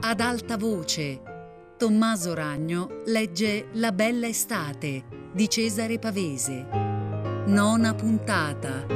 ad alta voce. Tommaso Ragno legge La bella estate di Cesare Pavese. 9ª puntata.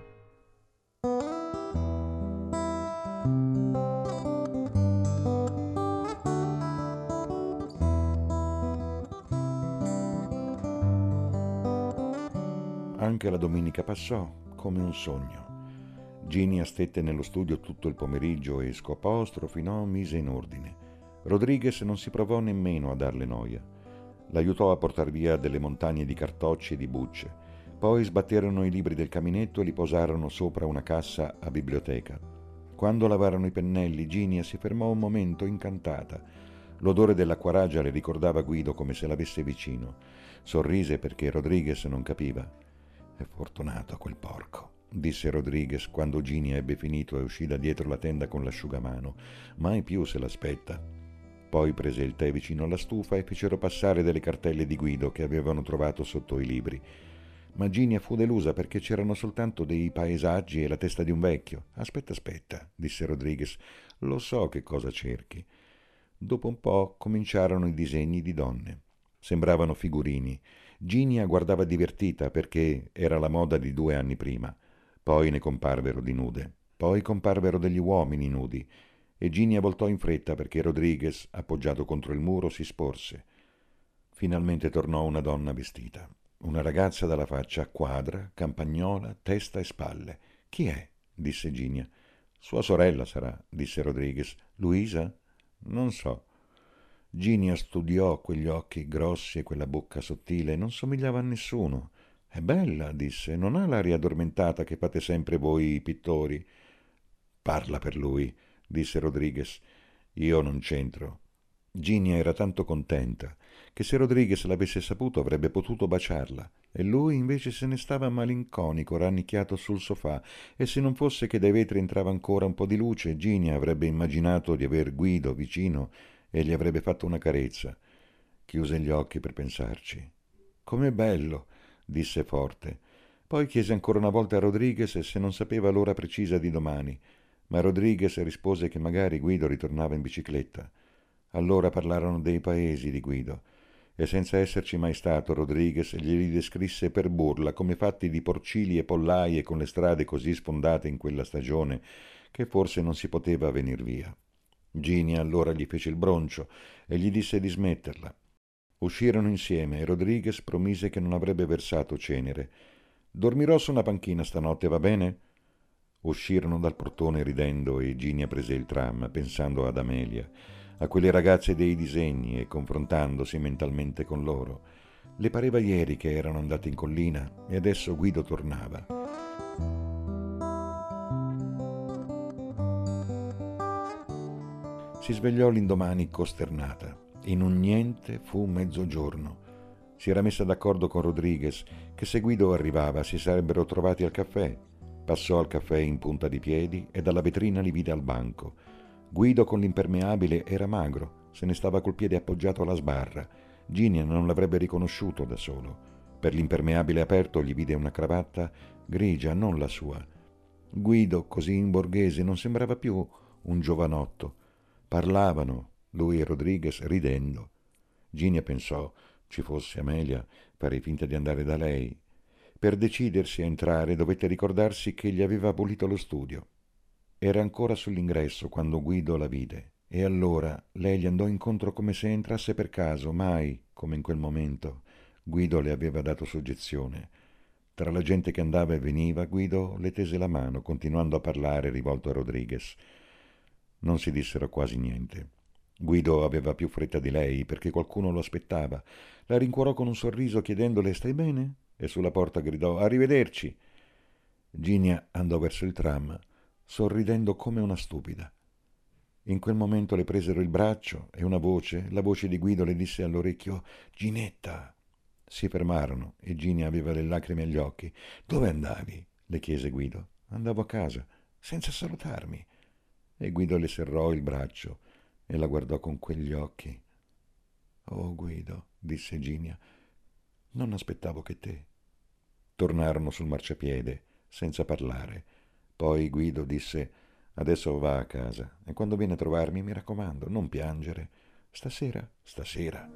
Anche la domenica passò come un sogno. Ginia stette nello studio tutto il pomeriggio e scopò, strofinò, mise in ordine. Rodriguez non si provò nemmeno a darle noia. L'aiutò a portar via delle montagne di cartocci e di bucce. Poi sbatterono i libri del caminetto e li posarono sopra una cassa a biblioteca. Quando lavarono i pennelli, Ginia si fermò un momento incantata. L'odore dell'acquaraggia le ricordava Guido come se l'avesse vicino. Sorrise perché Rodriguez non capiva. «È fortunato quel porco», disse Rodriguez quando Ginia ebbe finito e uscì da dietro la tenda con l'asciugamano. «Mai più se l'aspetta». Poi prese il tè vicino alla stufa e fecero passare delle cartelle di Guido che avevano trovato sotto i libri. Ma Ginia fu delusa perché c'erano soltanto dei paesaggi e la testa di un vecchio. Aspetta, disse Rodriguez, lo so che cosa cerchi». Dopo un po' cominciarono i disegni di donne. Sembravano figurini. Ginia guardava divertita perché era la moda di 2 anni prima. Poi ne comparvero di nude. Poi comparvero degli uomini nudi. E Ginia voltò in fretta perché Rodriguez, appoggiato contro il muro, si sporse. Finalmente tornò una donna vestita. Una ragazza dalla faccia quadra, campagnola, testa e spalle. «Chi è?» disse Ginia. «Sua sorella sarà», disse Rodriguez. «Luisa?» «Non so». Ginia studiò quegli occhi grossi e quella bocca sottile. Non somigliava a nessuno. «È bella», disse. «Non ha l'aria addormentata che fate sempre voi pittori». «Parla per lui», disse Rodriguez. «Io non c'entro». Ginia era tanto contenta che se Rodriguez l'avesse saputo avrebbe potuto baciarla, e lui invece se ne stava malinconico, rannicchiato sul sofà, e se non fosse che dai vetri entrava ancora un po' di luce, Ginia avrebbe immaginato di aver Guido vicino e gli avrebbe fatto una carezza. Chiuse gli occhi per pensarci. «Com'è bello», disse forte. Poi chiese ancora una volta a Rodriguez se non sapeva l'ora precisa di domani, ma Rodriguez rispose che magari Guido ritornava in bicicletta. Allora parlarono dei paesi di Guido, e senza esserci mai stato Rodriguez glieli descrisse per burla come fatti di porcili e pollaie con le strade così sfondate in quella stagione che forse non si poteva venir via. Ginia allora gli fece il broncio e gli disse di smetterla. Uscirono insieme e Rodriguez promise che non avrebbe versato cenere. «Dormirò su una panchina stanotte, va bene?» Uscirono dal portone ridendo e Ginia prese il tram, pensando ad Amelia, a quelle ragazze dei disegni e confrontandosi mentalmente con loro. Le pareva ieri che erano andate in collina e adesso Guido tornava. Si svegliò l'indomani costernata. In un niente fu mezzogiorno. Si era messa d'accordo con Rodriguez che se Guido arrivava si sarebbero trovati al caffè. Passò al caffè in punta di piedi e dalla vetrina li vide al banco. Guido con l'impermeabile era magro, se ne stava col piede appoggiato alla sbarra. Ginia non l'avrebbe riconosciuto da solo. Per l'impermeabile aperto gli vide una cravatta grigia, non la sua. Guido, così in borghese, non sembrava più un giovanotto. Parlavano, lui e Rodriguez, ridendo. Ginia pensò, ci fosse Amelia, farei finta di andare da lei. Per decidersi a entrare dovette ricordarsi che gli aveva pulito lo studio. Era ancora sull'ingresso quando Guido la vide, e allora lei gli andò incontro come se entrasse per caso, mai, come in quel momento, Guido le aveva dato soggezione. Tra la gente che andava e veniva, Guido le tese la mano, continuando a parlare rivolto a Rodriguez. Non si dissero quasi niente. Guido aveva più fretta di lei perché qualcuno lo aspettava. La rincuorò con un sorriso chiedendole «Stai bene?» e sulla porta gridò «Arrivederci!». Ginia andò verso il tram, sorridendo come una stupida. In quel momento le presero il braccio e una voce, la voce di Guido, le disse all'orecchio «Ginetta!». Si fermarono e Ginia aveva le lacrime agli occhi. «Dove andavi?» le chiese Guido. «Andavo a casa, senza salutarmi». E Guido le serrò il braccio e la guardò con quegli occhi. «Oh, Guido», disse Ginia, «non aspettavo che te». Tornarono sul marciapiede, senza parlare. Poi Guido disse Adesso va a casa e quando viene a trovarmi, mi raccomando, non piangere. Stasera, stasera.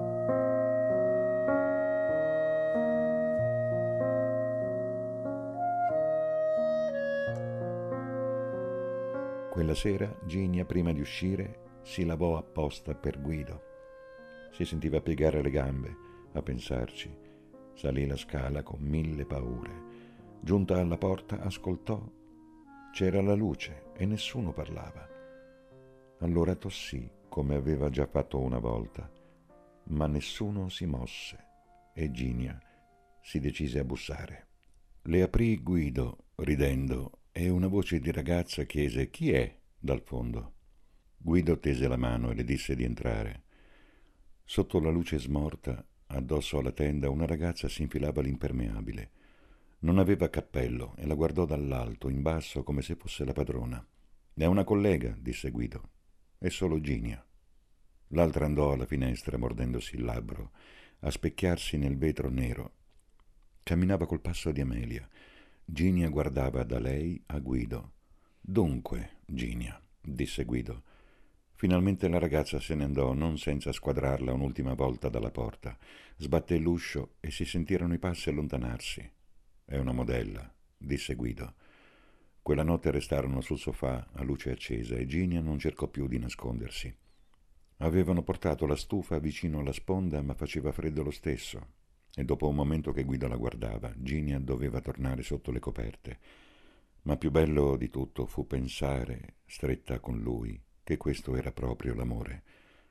Quella sera Ginia, prima di uscire, si lavò apposta per Guido. Si sentiva piegare le gambe a pensarci. Salì la scala con 1000 paure. Giunta alla porta, ascoltò. C'era la luce e nessuno parlava. Allora tossì, come aveva già fatto una volta, ma nessuno si mosse e Ginia si decise a bussare. Le aprì Guido, ridendo, e una voce di ragazza chiese «Chi è?» dal fondo. Guido tese la mano e le disse di entrare. Sotto la luce smorta, addosso alla tenda, una ragazza si infilava l'impermeabile. Non aveva cappello e la guardò dall'alto, in basso, come se fosse la padrona. «È una collega», disse Guido. «È solo Ginia». L'altra andò alla finestra, mordendosi il labbro, a specchiarsi nel vetro nero. Camminava col passo di Amelia. Ginia guardava da lei a Guido. «Dunque, Ginia», disse Guido. Finalmente la ragazza se ne andò, non senza squadrarla un'ultima volta dalla porta. Sbatté l'uscio e si sentirono i passi allontanarsi. «È una modella», disse Guido. Quella notte restarono sul sofà a luce accesa e Ginia non cercò più di nascondersi. Avevano portato la stufa vicino alla sponda, ma faceva freddo lo stesso. E dopo un momento che Guido la guardava, Ginia doveva tornare sotto le coperte. Ma più bello di tutto fu pensare, stretta con lui, che questo era proprio l'amore.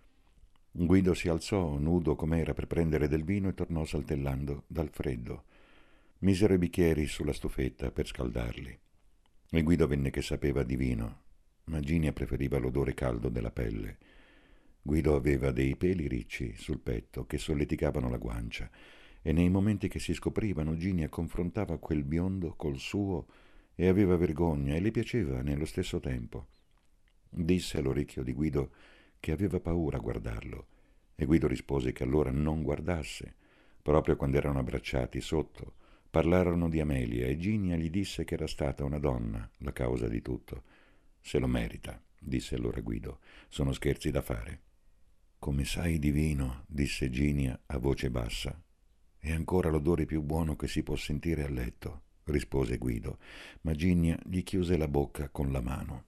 Guido si alzò, nudo com'era, per prendere del vino e tornò saltellando dal freddo. Misero i bicchieri sulla stufetta per scaldarli. E Guido venne che sapeva di vino, ma Ginia preferiva l'odore caldo della pelle. Guido aveva dei peli ricci sul petto che solleticavano la guancia, e nei momenti che si scoprivano Ginia confrontava quel biondo col suo e aveva vergogna e le piaceva nello stesso tempo. Disse all'orecchio di Guido che aveva paura a guardarlo, e Guido rispose che allora non guardasse. Proprio quando erano abbracciati sotto, parlarono di Amelia e Ginia gli disse che era stata una donna la causa di tutto. «Se lo merita», disse allora Guido. «Sono scherzi da fare». «Come sai di vino», disse Ginia a voce bassa. «È ancora l'odore più buono che si può sentire a letto», rispose Guido, ma Ginia gli chiuse la bocca con la mano.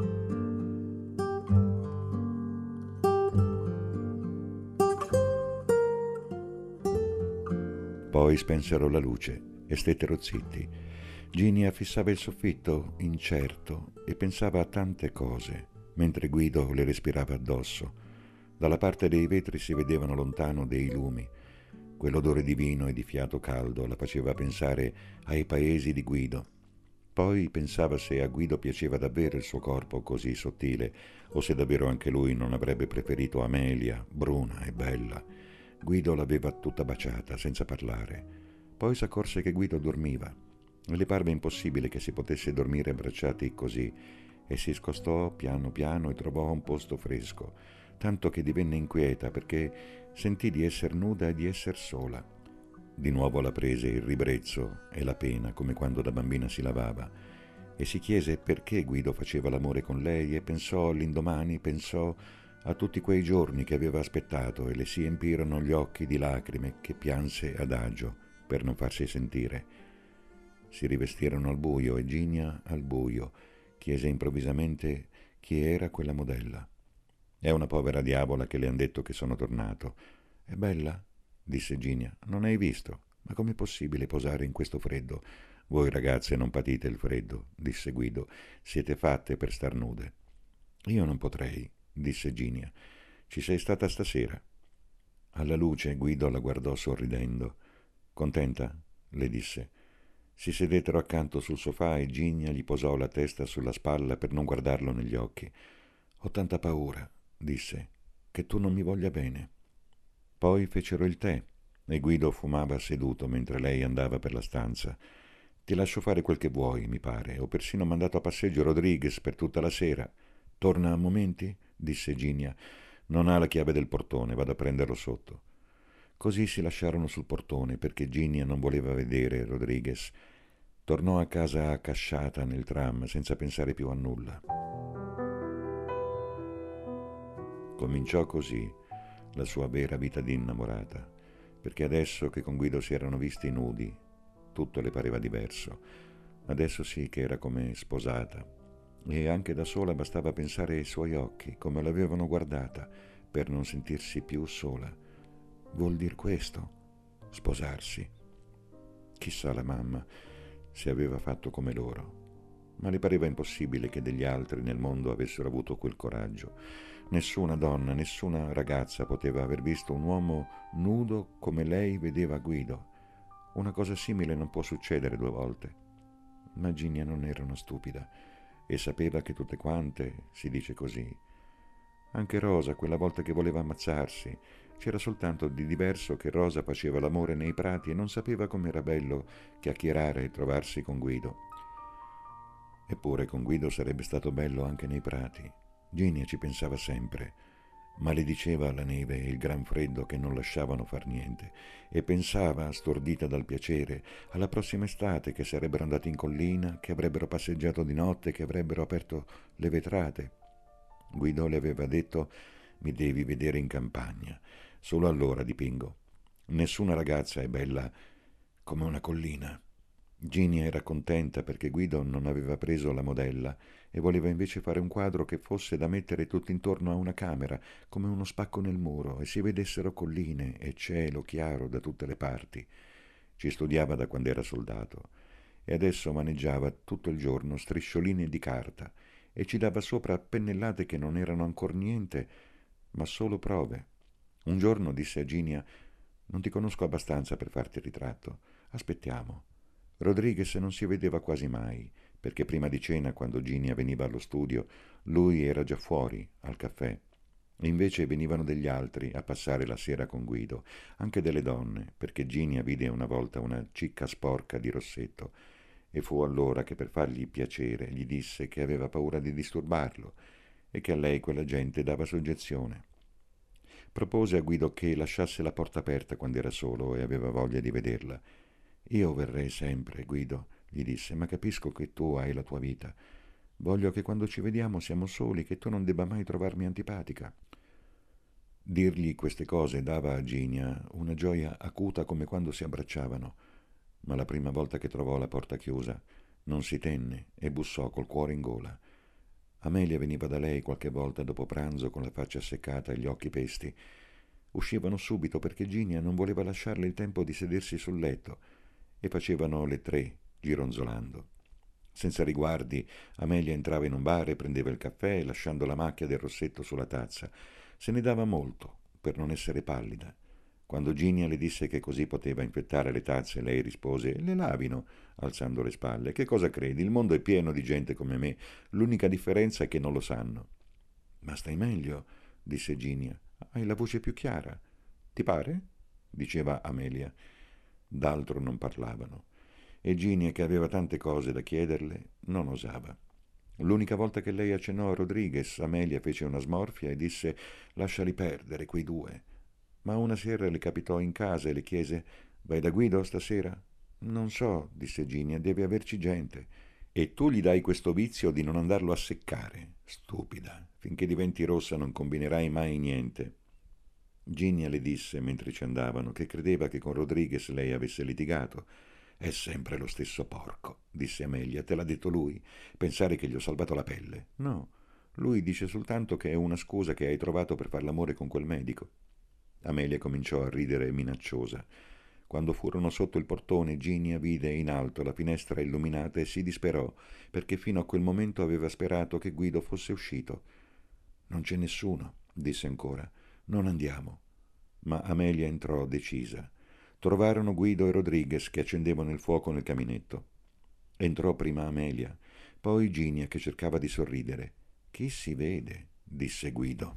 Poi spensero la luce e stettero zitti. Ginia fissava il soffitto, incerto, e pensava a tante cose, mentre Guido le respirava addosso. Dalla parte dei vetri si vedevano lontano dei lumi. Quell'odore di vino e di fiato caldo la faceva pensare ai paesi di Guido. Poi pensava se a Guido piaceva davvero il suo corpo così sottile, o se davvero anche lui non avrebbe preferito Amelia, bruna e bella. Guido l'aveva tutta baciata, senza parlare. Poi s'accorse che Guido dormiva. Le parve impossibile che si potesse dormire abbracciati così, e si scostò piano piano e trovò un posto fresco, tanto che divenne inquieta perché sentì di esser nuda e di esser sola. Di nuovo la prese il ribrezzo e la pena, come quando da bambina si lavava, e si chiese perché Guido faceva l'amore con lei e pensò all'indomani, pensò a tutti quei giorni che aveva aspettato e le si empirono gli occhi di lacrime che pianse adagio per non farsi sentire. Si rivestirono al buio e Ginia, al buio, chiese improvvisamente chi era quella modella. «È una povera diavola che le han detto che sono tornato». «È bella?» disse Ginia. «Non hai visto? Ma com'è possibile posare in questo freddo?» «Voi ragazze non patite il freddo», disse Guido. «Siete fatte per star nude». «Io non potrei», disse Ginia. «Ci sei stata stasera?» Alla luce Guido la guardò sorridendo. «Contenta?» le disse. Si sedettero accanto sul sofà e Ginia gli posò la testa sulla spalla per non guardarlo negli occhi. «Ho tanta paura», disse, «che tu non mi voglia bene». Poi fecero il tè e Guido fumava seduto mentre lei andava per la stanza. «Ti lascio fare quel che vuoi, mi pare. Ho persino mandato a passeggio Rodriguez per tutta la sera». «Torna a momenti?» disse Ginia. «Non ha la chiave del portone, vado a prenderlo sotto». Così si lasciarono sul portone perché Ginia non voleva vedere Rodriguez. Tornò a casa accasciata nel tram senza pensare più a nulla. Cominciò così la sua vera vita di innamorata, perché adesso che con Guido si erano visti nudi, tutto le pareva diverso. Adesso sì che era come sposata, e anche da sola bastava pensare ai suoi occhi, come l'avevano guardata, per non sentirsi più sola. Vuol dir questo? Sposarsi? Chissà la mamma se aveva fatto come loro, ma le pareva impossibile che degli altri nel mondo avessero avuto quel coraggio. Nessuna donna, nessuna ragazza poteva aver visto un uomo nudo come lei vedeva Guido. Una cosa simile non può succedere 2 volte. Ma Ginia non era una stupida e sapeva che tutte quante, si dice così. Anche Rosa, quella volta che voleva ammazzarsi, c'era soltanto di diverso che Rosa faceva l'amore nei prati e non sapeva com'era bello chiacchierare e trovarsi con Guido. Eppure con Guido sarebbe stato bello anche nei prati. Ginia ci pensava sempre, ma le diceva la neve e il gran freddo che non lasciavano far niente, e pensava, stordita dal piacere, alla prossima estate, che sarebbero andati in collina, che avrebbero passeggiato di notte, che avrebbero aperto le vetrate. Guido le aveva detto: mi devi vedere in campagna, solo allora dipingo. Nessuna ragazza è bella come una collina. Ginia era contenta perché Guido non aveva preso la modella e voleva invece fare un quadro che fosse da mettere tutto intorno a una camera, come uno spacco nel muro, e si vedessero colline e cielo chiaro da tutte le parti. Ci studiava da quando era soldato e adesso maneggiava tutto il giorno striscioline di carta e ci dava sopra pennellate che non erano ancor niente, ma solo prove. Un giorno disse a Ginia: non ti conosco abbastanza per farti il ritratto, aspettiamo. Rodriguez non si vedeva quasi mai, perché prima di cena, quando Ginia veniva allo studio, lui era già fuori, al caffè. E invece venivano degli altri a passare la sera con Guido, anche delle donne, perché Ginia vide una volta una cicca sporca di Rossetto, e fu allora che per fargli piacere gli disse che aveva paura di disturbarlo e che a lei quella gente dava soggezione. Propose a Guido che lasciasse la porta aperta quando era solo e aveva voglia di vederla. Io verrei sempre, Guido, gli disse, ma capisco che tu hai la tua vita. Voglio che quando ci vediamo siamo soli, che tu non debba mai trovarmi antipatica. Dirgli queste cose dava a Ginia una gioia acuta come quando si abbracciavano, ma la prima volta che trovò la porta chiusa non si tenne e bussò col cuore in gola. Amelia veniva da lei qualche volta dopo pranzo con la faccia seccata e gli occhi pesti. Uscivano subito perché Ginia non voleva lasciarle il tempo di sedersi sul letto e facevano le 3, gironzolando. Senza riguardi, Amelia entrava in un bar e prendeva il caffè, lasciando la macchia del rossetto sulla tazza. Se ne dava molto, per non essere pallida. Quando Ginia le disse che così poteva infettare le tazze, lei rispose: le lavino, alzando le spalle. Che cosa credi? Il mondo è pieno di gente come me. L'unica differenza è che non lo sanno. Ma stai meglio, disse Ginia. Hai la voce più chiara. Ti pare? Diceva Amelia. D'altro non parlavano. E Ginia, che aveva tante cose da chiederle, non osava. L'unica volta che lei accennò a Rodriguez, Amelia fece una smorfia e disse: lasciali perdere quei 2. Ma una sera le capitò in casa e le chiese: vai da Guido stasera? Non so, disse Ginia, deve averci gente. E tu gli dai questo vizio di non andarlo a seccare. Stupida, finché diventi rossa non combinerai mai niente. Ginia le disse, mentre ci andavano, che credeva che con Rodriguez lei avesse litigato. È sempre lo stesso porco, disse Amelia, te l'ha detto lui. Pensare che gli ho salvato la pelle. No, lui dice soltanto che è una scusa che hai trovato per far l'amore con quel medico. Amelia cominciò a ridere minacciosa. Quando furono sotto il portone, Ginia vide in alto la finestra illuminata e si disperò, perché fino a quel momento aveva sperato che Guido fosse uscito. Non c'è nessuno, disse ancora. Non andiamo. Ma Amelia entrò decisa. Trovarono Guido e Rodriguez che accendevano il fuoco nel caminetto. Entrò prima Amelia, poi Ginia che cercava di sorridere. Chi si vede? Disse Guido.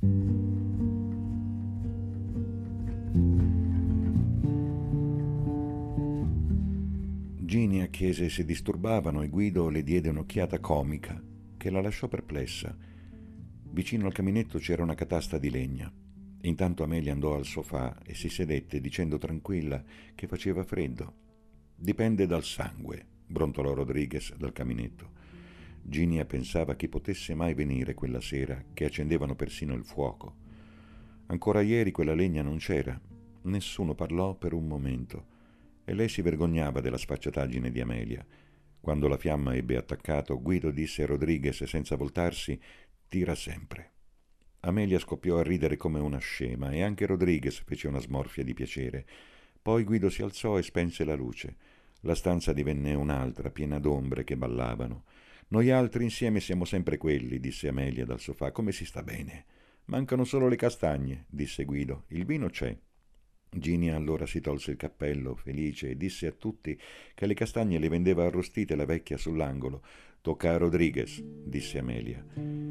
Ginia chiese se disturbavano e Guido le diede un'occhiata comica che la lasciò perplessa. Vicino al caminetto c'era una catasta di legna. Intanto Amelia andò al sofà e si sedette dicendo tranquilla che faceva freddo. Dipende dal sangue, brontolò Rodriguez dal caminetto. Ginia pensava chi potesse mai venire quella sera, che accendevano persino il fuoco. Ancora ieri quella legna non c'era. Nessuno parlò per un momento e lei si vergognava della sfacciataggine di Amelia. Quando la fiamma ebbe attaccato, Guido disse a Rodriguez senza voltarsi: «Tira sempre». Amelia scoppiò a ridere come una scema e anche Rodriguez fece una smorfia di piacere. Poi Guido si alzò e spense la luce. La stanza divenne un'altra, piena d'ombre che ballavano. «Noi altri insieme siamo sempre quelli», disse Amelia dal sofà. «Come si sta bene?» «Mancano solo le castagne», disse Guido. «Il vino c'è». Ginia allora si tolse il cappello, felice, e disse a tutti che le castagne le vendeva arrostite la vecchia sull'angolo. «Tocca a Rodriguez», disse Amelia.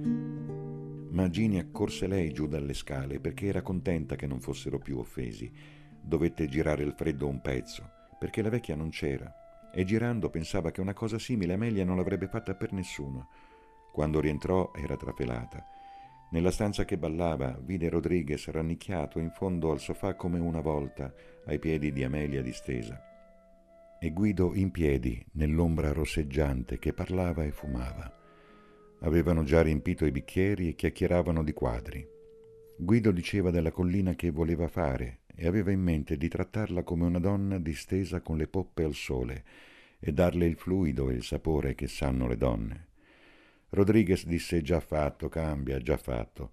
Ma Ginia corse lei giù dalle scale perché era contenta che non fossero più offesi. Dovette girare il freddo un pezzo, perché la vecchia non c'era, e girando pensava che una cosa simile Amelia non l'avrebbe fatta per nessuno. Quando rientrò era trafelata. Nella stanza che ballava vide Rodriguez rannicchiato in fondo al sofà come una volta, ai piedi di Amelia distesa, e Guido in piedi nell'ombra rosseggiante che parlava e fumava. Avevano già riempito i bicchieri e chiacchieravano di quadri. Guido diceva della collina che voleva fare e aveva in mente di trattarla come una donna distesa con le poppe al sole e darle il fluido e il sapore che sanno le donne. Rodriguez disse: «Già fatto, cambia, già fatto».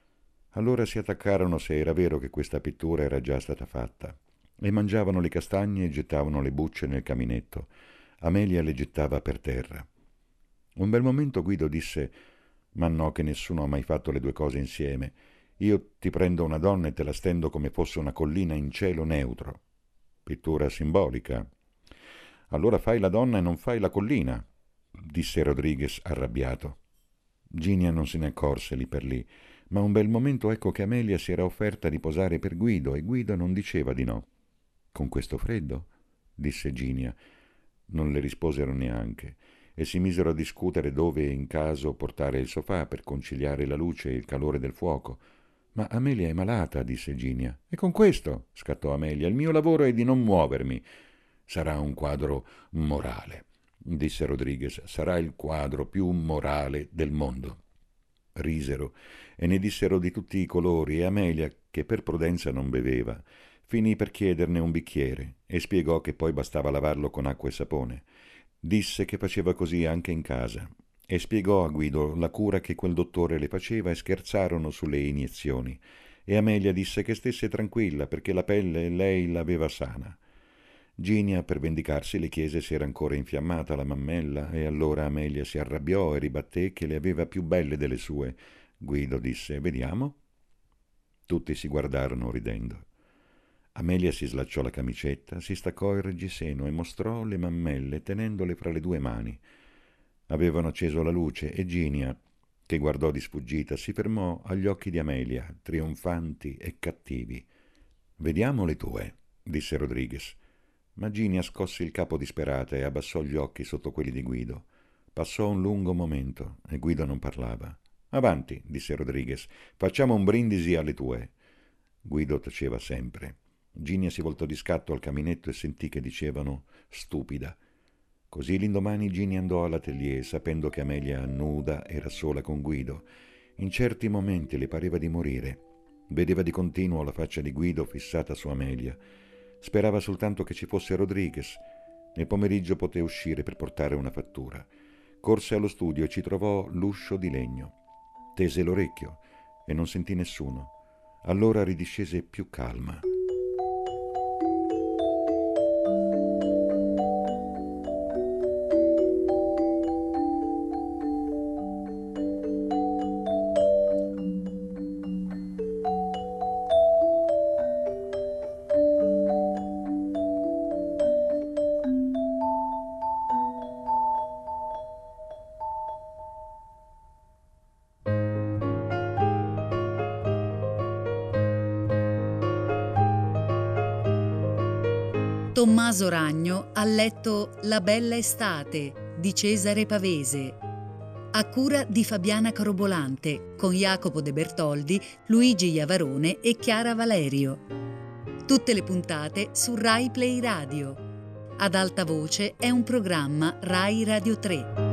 Allora si attaccarono se era vero che questa pittura era già stata fatta, e mangiavano le castagne e gettavano le bucce nel caminetto. Amelia le gettava per terra. Un bel momento Guido disse: «Ma no, che nessuno ha mai fatto le due cose insieme. Io ti prendo una donna e te la stendo come fosse una collina in cielo neutro». «Pittura simbolica». «Allora fai la donna e non fai la collina», disse Rodriguez arrabbiato. Ginia non se ne accorse lì per lì, ma un bel momento ecco che Amelia si era offerta di posare per Guido e Guido non diceva di no. «Con questo freddo?» disse Ginia. Non le risposero neanche e si misero a discutere dove in caso portare il sofà per conciliare la luce e il calore del fuoco. «Ma Amelia è malata», disse Ginia. «E con questo?» scattò Amelia. «Il mio lavoro è di non muovermi». «Sarà un quadro morale», disse Rodriguez. «Sarà il quadro più morale del mondo». Risero e ne dissero di tutti i colori e Amelia, che per prudenza non beveva, finì per chiederne un bicchiere e spiegò che poi bastava lavarlo con acqua e sapone. Disse che faceva così anche in casa e spiegò a Guido la cura che quel dottore le faceva e scherzarono sulle iniezioni. E Amelia disse che stesse tranquilla perché la pelle lei l'aveva sana. Ginia, per vendicarsi, le chiese se era ancora infiammata la mammella e allora Amelia si arrabbiò e ribatté che le aveva più belle delle sue. Guido disse: «Vediamo». Tutti si guardarono ridendo. Amelia si slacciò la camicetta, si staccò il reggiseno e mostrò le mammelle tenendole fra le due mani. Avevano acceso la luce e Ginia, che guardò di sfuggita, si fermò agli occhi di Amelia, trionfanti e cattivi. «Vediamo le tue», disse Rodriguez. Ma Ginia scosse il capo disperata e abbassò gli occhi sotto quelli di Guido. Passò un lungo momento e Guido non parlava. «Avanti», disse Rodriguez, «facciamo un brindisi alle tue». Guido taceva sempre. Ginia si voltò di scatto al caminetto e sentì che dicevano «stupida». Così l'indomani Ginia andò all'atelier, sapendo che Amelia, nuda, era sola con Guido. In certi momenti le pareva di morire. Vedeva di continuo la faccia di Guido fissata su Amelia. Sperava soltanto che ci fosse Rodriguez. Nel pomeriggio poté uscire per portare una fattura. Corse allo studio e ci trovò l'uscio di legno. Tese l'orecchio e non sentì nessuno. Allora ridiscese più calma. Tommaso Ragno ha letto La bella estate di Cesare Pavese, a cura di Fabiana Carobolante, con Jacopo De Bertoldi, Luigi Iavarone e Chiara Valerio. Tutte le puntate su Rai Play Radio. Ad alta voce è un programma Rai Radio 3.